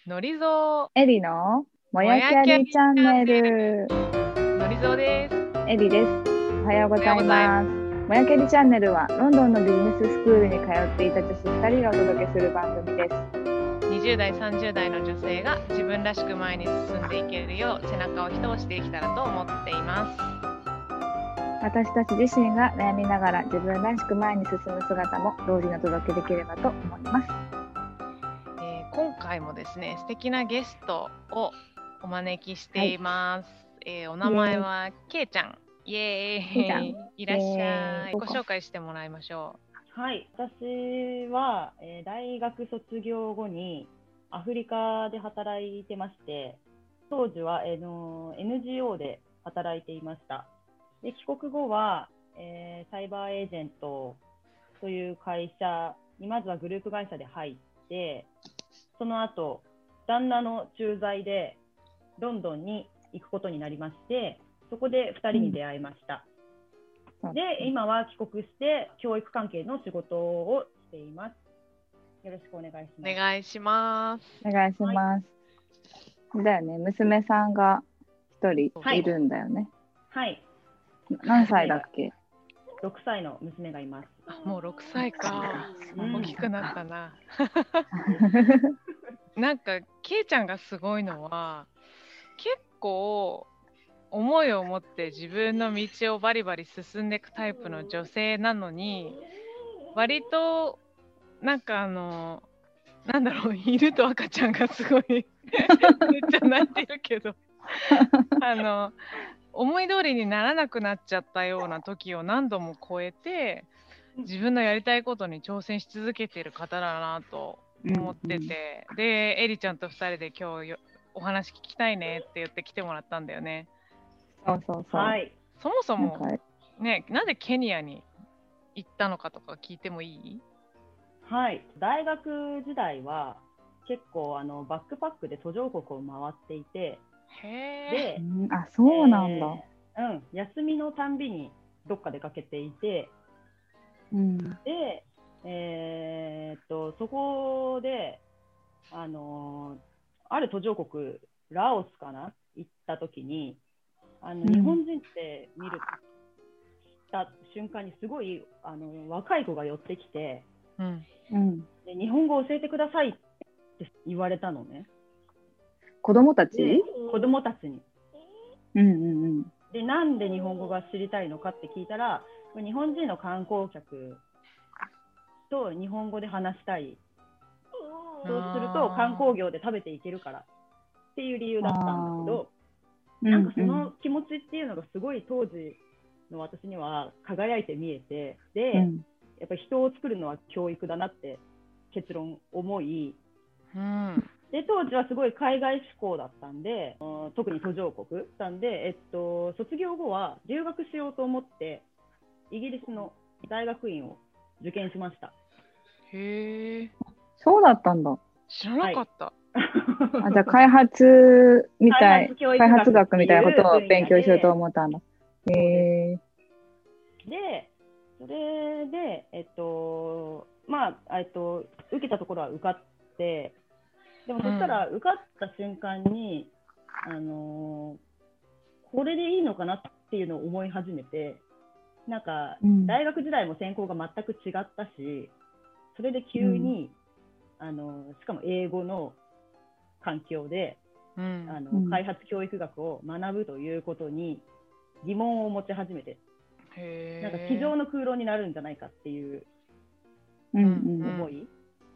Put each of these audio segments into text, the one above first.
のりぞエリのもやきゃりチャンネル。 のりぞです。 エリです。おはようございます。もやきゃりチャンネルはロンドンのビジネススクールに通っていた女子2人がお届けする番組です。 20代30代の女性が自分らしく前に進んでいけるよう背中を一押していけたらと思っています。 私たち自身が悩みながら自分らしく前に進む姿も同時にお届けできればと思います。 今回もですね、素敵なゲストをお招きしています。お名前はけいちゃん。イエーイ。いらっしゃい。ご紹介してもらいましょう。はい、私は、大学卒業後にアフリカで働いてまして、当時は、NGO で働いていました。で帰国後は、サイバーエージェントという会社にまずはグループ会社で入って、その後旦那の駐在でロンドンに行くことになりまして、そこで2人に出会いました。で今は帰国して教育関係の仕事をしています。よろしくお願いします。 お願いします。 お願いします。はい、だよね、娘さんが1人いるんだよね。 はい。 何歳だっけ ？6歳の娘がいます。 もう6歳か。大きくなったな。なんかけいちゃんがすごいのは結構思いを持って自分の道をバリバリ進んでいくタイプの女性なのに、割となんかなんだろう、いると赤ちゃんがすごいめっちゃ泣いてるけど思い通りにならなくなっちゃったような時を何度も超えて自分のやりたいことに挑戦し続けている方だなと思ってて、でエリちゃんと2人で今日お話聞きたいねって言って来てもらったんだよね。 そうそうそう、 はい、 そもそもね、なんでケニアに行ったのかとか聞いてもいい？ はい、大学時代は結構バックパックで途上国を回っていて、 で、 あ、そうなんだ。 休みのたんびにどっか出かけていて、で、そこである途上国ラオスかな行った時に日本人って見るた瞬間にすごい若い子が寄ってきて、で日本語を教えてくださいって言われたのね。 子供たちに。 でなんで日本語が知りたいのかって聞いたら、日本人の観光客と日本語で話したい、そうすると観光業で食べていけるからっていう理由だったんだけど、なんかその気持ちっていうのがすごい当時の私には輝いて見えて、で、やっぱり人を作るのは教育だなって結論思い、で当時はすごい海外志向だったんで、特に途上国なんで、卒業後は留学しようと思ってイギリスの大学院を受験しました。 へえ、 そうだったんだ。 知らなかった。 じゃあ開発学みたいなことを勉強しようと思ったんだ。 で、それで受けたところは受かって、でもそしたら受かった瞬間にこれでいいのかなっていうのを思い始めて、なんか大学時代も専攻が全く違ったし、それで急に、しかも英語の環境で、開発教育学を学ぶということに疑問を持ち始めて、なんか机上の空論になるんじゃないかっていう思い、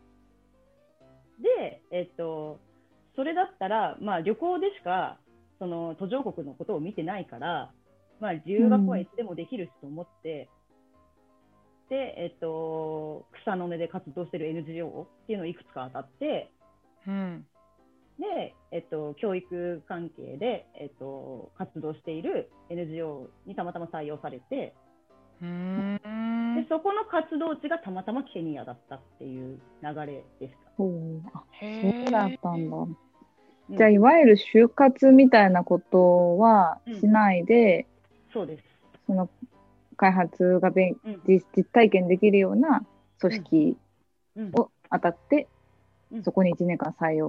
で、それだったら、旅行でしかその途上国のことを見てないから、留学はいつでもできるしと思って、で、草の根で活動している NGO っていうのをいくつか当たって、で、教育関係で、活動している NGO にたまたま採用されて、でそこの活動地がたまたまケニアだったっていう流れでした。 そうだったんだ。じゃあいわゆる就活みたいなことはしないで、 そうです。 その開発が実体験できるような組織を当たって、そこに1年間採用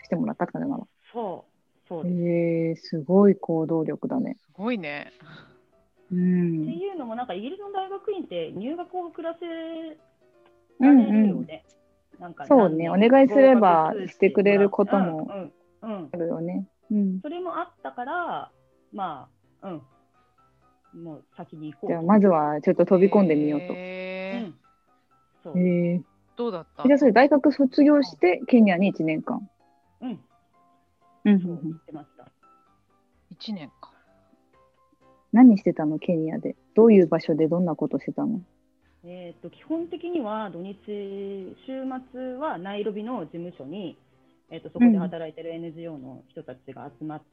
してもらったからなら。 そうです。 すごい行動力だね。 すごいね。 うってん。 いうのも、なんかイギリスの大学院って入学を遅らせうんられるようん。 ね。なんかそうね。お願いすればしてくれることもあるよね。うん。 それもあったから、まあ、もう先に行こうと。 じゃあ、まずはちょっと飛び込んでみようと。 そう。 どうだった？ じゃあ、それ大学卒業してケニアに1年間。 そう行ってました。 1年か。 何してたの、ケニアで。どういう場所でどんなことしてたの？ 基本的には土日、週末はナイロビの事務所に、そこで働いてる NGO の人たちが集まって、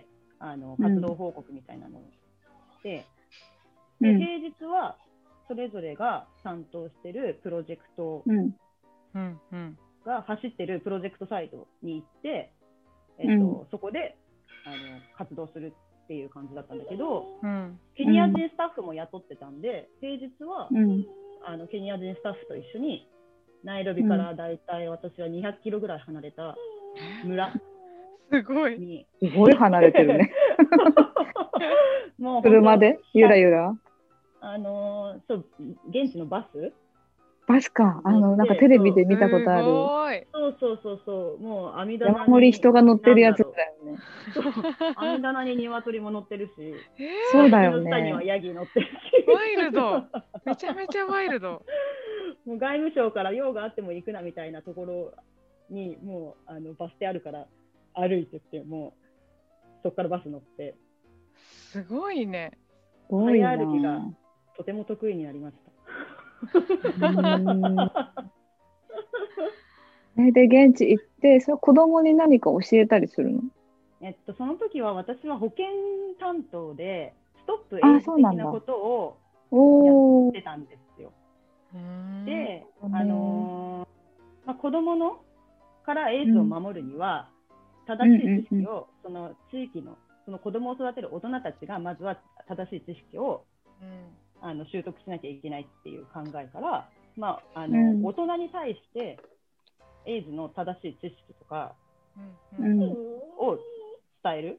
活動報告みたいなのをして、で平日はそれぞれが担当してるプロジェクトが走ってるプロジェクトサイトに行って、そこで活動するっていう感じだったんだけど、ケニア人スタッフも雇ってたんで、平日は、ケニア人スタッフと一緒にナイロビからだいたい私は200キロぐらい離れた村にすごい離れてるね。 もう車でゆらゆら。 そう、現地のバスか。なんかテレビで見たことある。 そう、もう網棚に山盛り人が乗ってるやつだよね。 網棚に鶏も乗ってるし、 そうだよね。 下にはヤギ乗ってるし。 ワイルド。めちゃめちゃワイルド。 もう外務省から用があっても行くなみたいなところに、もうバス停あるから歩いてって、もうそこからバス乗って。 すごいね。 早歩きがとても得意になりました。 で、現地行って、それ子供に何か教えたりするの？ その時は私は保健担当で、ストップエイズ的なことをやってたんですよ。で、子供のからエイズを守るには、正しい知識を、その地域のその子供を育てる大人たちがまずは正しい知識を、習得しなきゃいけないっていう考えから、大人に対してエイズの正しい知識とかを伝える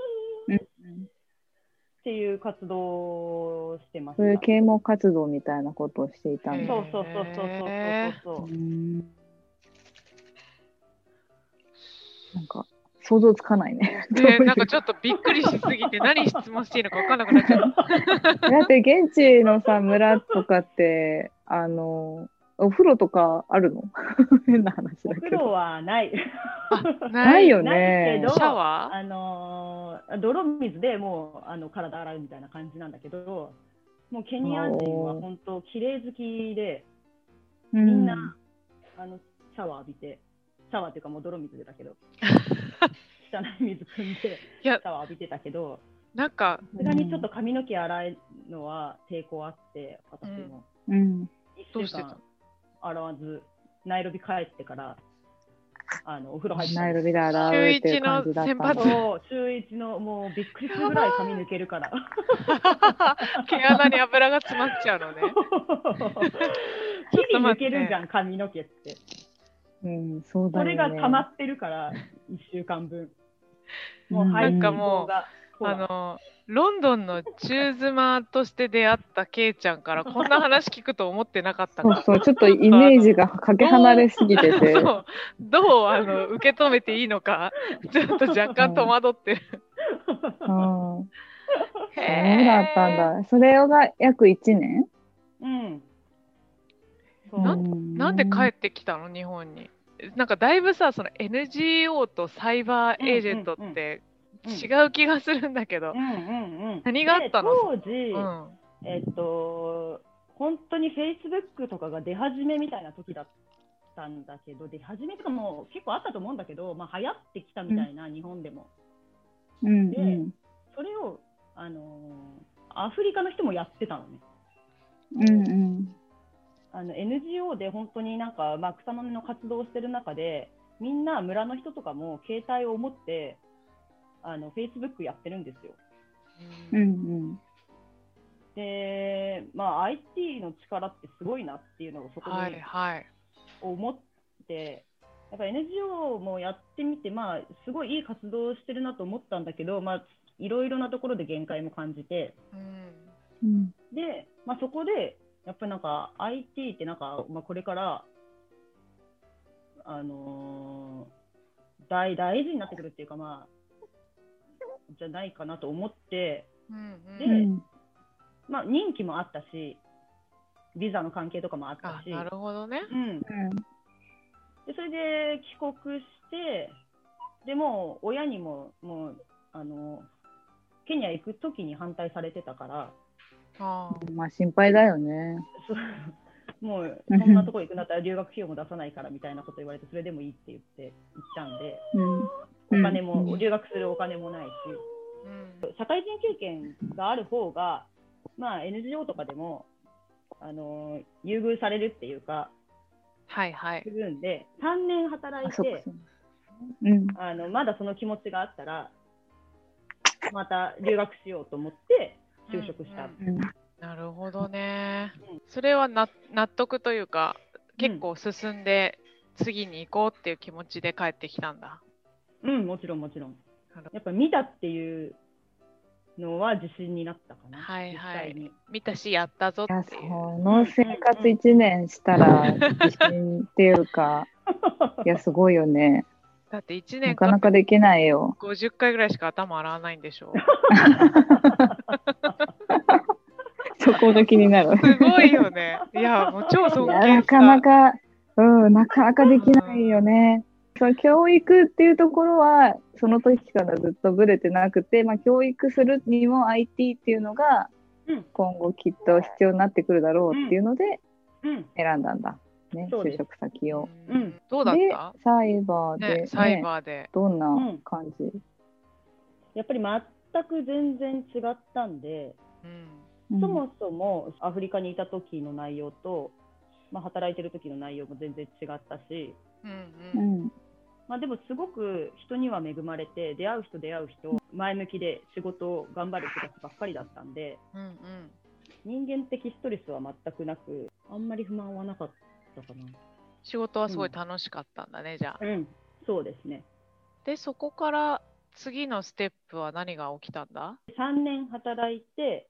っていう活動をしてました。 そういう啓蒙活動みたいなことをしていたんだ。 そう。 なんか想像つかないね。 なんかちょっとびっくりしすぎて何質問していいのか分かんなくなっちゃった。 だって現地のさ、村とかってお風呂とかあるの？変な話だけど。お風呂はない。 ないよね。 ないけど、 シャワー？ 泥水でもう体洗うみたいな感じなんだけど、もうケニア人は本当綺麗好きで、みんなシャワー浴びて、シャワーっていうかもう泥水だけど、汚い水汲んでシャワー浴びてたけど、 なんかさすがにちょっと髪の毛洗うのは抵抗あって、私も1週間洗わず、ナイロビ帰ってからお風呂入ってナイロビで洗うっていう感じだったんだ。 週1のもうびっくりするぐらい髪抜けるから毛穴に油が詰まっちゃうのね。 日々抜けるじゃん、髪の毛って。 そうだよね。 それが溜まってるから1週間分。 もうなんかもうロンドンの中妻として出会ったケイちゃんからこんな話聞くと思ってなかったから。 ちょっとイメージがかけ離れすぎてて。 どう受け止めていいのかちょっと若干戸惑ってる。 そうだったんだ。それが約1年？ なんで帰ってきたの日本に？なんかだいぶさ、その NGO とサイバーエージェントって違う気がするんだけど、何があったの？ 当時、本当に Facebook とかが出始めみたいな時だったんだけど、出始めとかも結構あったと思うんだけど、流行ってきたみたいな、日本でも。で、それをアフリカの人もやってたのね。NGO で本当になんか草の根の活動をしてる中で、みんな村の人とかも携帯を持ってFacebook やってるんですよ。で、IT の力ってすごいなっていうのをそこに思って、 やっぱ NGO もやってみて、まあ、すごいいい活動をしてるなと思ったんだけど、まあ、いろいろなところで限界も感じて、で、まあ、そこでやっぱりなんか IT ってなんか、まあ、これから、大事になってくるっていうか、まあ、じゃないかなと思って、で、まあ、任期もあったし、ビザの関係とかもあったし、 なるほどね。 でそれで帰国して、でも親にもケニア行くときに反対されてたから、 まあ心配だよね。 もうそんなとこ行くんだったら留学費用も出さないからみたいなこと言われて、それでもいいって言って行ったんで、お金も、留学するお金もないし、社会人経験がある方が、まあ、NGO とかでも優遇されるっていうか、するんで、3年働いて、まだその気持ちがあったらまた留学しようと思って就職した。 なるほどね。それは納得というか、結構進んで次に行こうっていう気持ちで帰ってきたんだ。 もちろんもちろん。やっぱ見たっていうのは自信になったかな。 見たしやったぞっていう。 その生活1年したら自信っていうか、いやすごいよね。 だって1年なかなかできないよ。 50回ぐらいしか頭洗わないんでしょ。 そこが気になる。 すごいよね。いや、もう超尊敬した。 なかなかできないよね。教育っていうところはその時からずっとブレてなくて、まあ、教育するにも IT っていうのが今後きっと必要になってくるだろうっていうので選んだんだ、ね、就職先を。 どうだった？ でサイバーでどんな感じ？ やっぱり全く全然違ったんで、そもそもアフリカにいた時の内容と、まあ、働いてる時の内容も全然違ったし、まあ、でもすごく人には恵まれて、出会う人前向きで仕事を頑張る人たちばっかりだったんで、人間的ストレスは全くなく、あんまり不満はなかったかな。 仕事はすごい楽しかったんだね、じゃあ。 そうですね。 でそこから次のステップは何が起きたんだ ？3年働いて、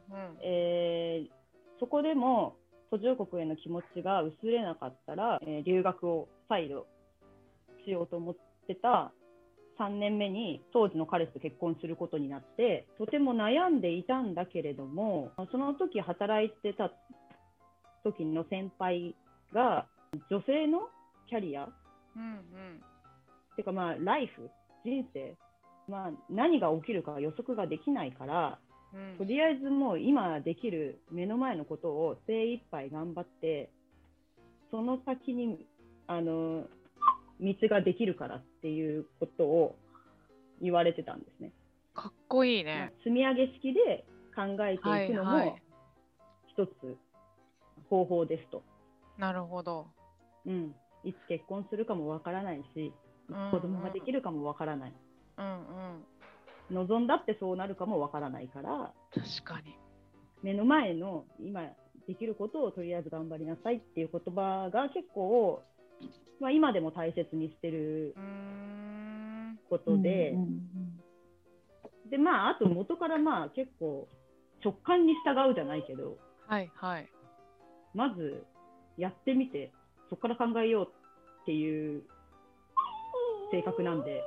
そこでも途上国への気持ちが薄れなかったら、留学を再度しようと思ってた3年目に当時の彼氏と結婚することになって、とても悩んでいたんだけれども、その時働いてた時の先輩が女性のキャリア、っていうかまあライフ、人生、まあ、何が起きるか予測ができないから、とりあえずもう今できる目の前のことを精一杯頑張って、その先に道ができるからっていうことを言われてたんですね。 かっこいいね。 積み上げ式で考えていくのも一つ方法ですと。 なるほど。 いつ結婚するかもわからないし、子供ができるかもわからない。望んだってそうなるかもわからないから、 確かに目の前の今できることをとりあえず頑張りなさいっていう言葉が結構、まあ、今でも大切にしてることで、でまああと元からまあ結構直感に従うじゃないけど、まずやってみてそこから考えようっていう性格なんで。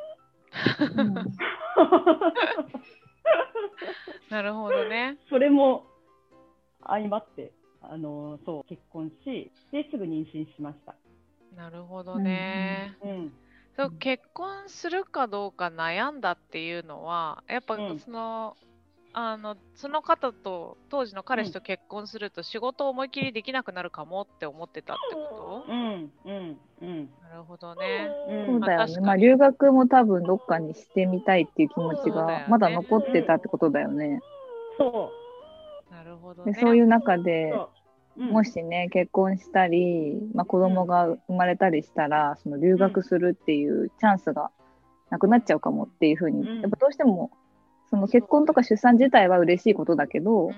なるほどね。 それも相まってそう結婚し、ですぐ妊娠しました。 なるほどね。そう結婚するかどうか悩んだっていうのはやっぱその方と当時の彼氏と結婚すると仕事を思い切りできなくなるかもって思ってたってこと？なるほどね。 そうだよね。まあ留学も多分どっかにしてみたいっていう気持ちがまだ残ってたってことだよね。 なるほどね。 でそういう中でもしね結婚したり、まあ、子供が生まれたりしたらその留学するっていうチャンスがなくなっちゃうかもっていうふうに、やっぱどうしてもその結婚とか出産自体は嬉しいことだけど、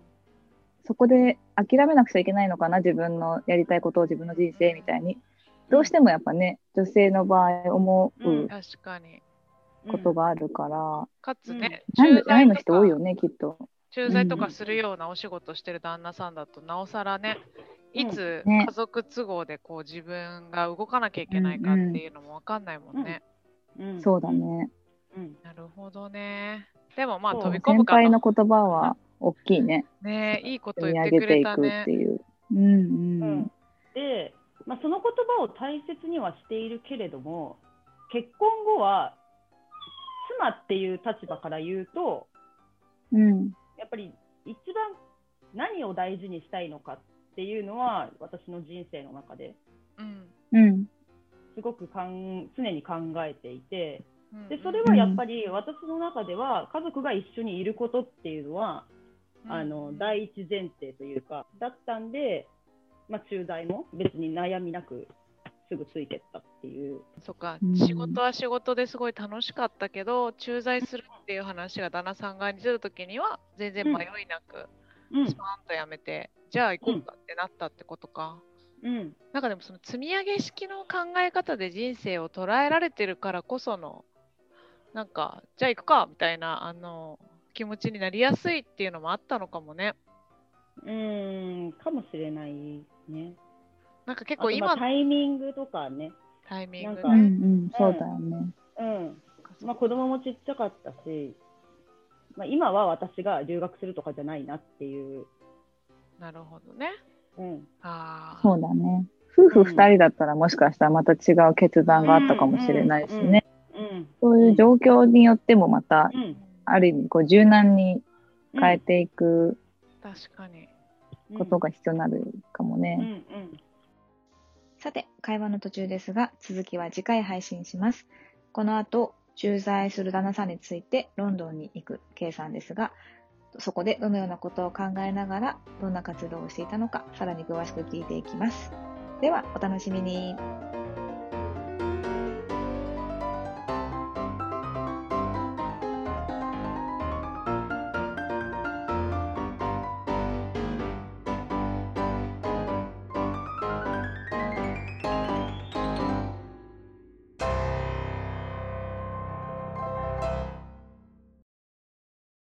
そこで諦めなくちゃいけないのかな、自分のやりたいことを自分の人生みたいにどうしてもやっぱね、女性の場合思う確かに。 ことがあるから、 かつね、 ないの人多いよね、きっと。 駐在とかするようなお仕事してる旦那さんだと、なおさらね、いつね家族都合でこう自分が動かなきゃいけないかっていうのも分かんないもんね。 そうだね。 なるほどね。でもまあ飛び込先むかな。 輩の言葉は大きいね。 ね、いいこと積み言ってく上げていれたね。 くっていう。 で、まあ、その言葉を大切にはしているけれども、結婚後は妻っていう立場から言うと、やっぱり一番何を大事にしたいのかっていうのは私の人生の中ですごく常に考えていて、でそれはやっぱり私の中では家族が一緒にいることっていうのは第一前提というかだったんで、まあ、駐在も別に悩みなくすぐついてったっていう。 そっか、仕事は仕事ですごい楽しかったけど、駐在するっていう話が旦那さん側に出た時には全然迷いなく、スパンとやめて、じゃあ行こうかってなったってことか。なんかでもその積み上げ式の考え方で人生を捉えられてるからこそのなんかじゃあ行くかみたいな気持ちになりやすいっていうのもあったのかもね。 かもしれないね。 なんか結構今タイミングとかね。 タイミングね。そうだよね。 まあ子供もちっちゃかったし、まあ、今は私が留学するとかじゃないなっていう。 なるほどね。 そうだね。夫婦2人だったらもしかしたらまた違う決断があったかもしれないしね。そういう状況によってもまた、ある意味こう柔軟に変えていくことが必要になるかもね。 さて、会話の途中ですが、続きは次回配信します。この後、駐在する旦那さんについてロンドンに行く K さんですが、そこでどのようなことを考えながら、どんな活動をしていたのか、さらに詳しく聞いていきます。では、お楽しみに。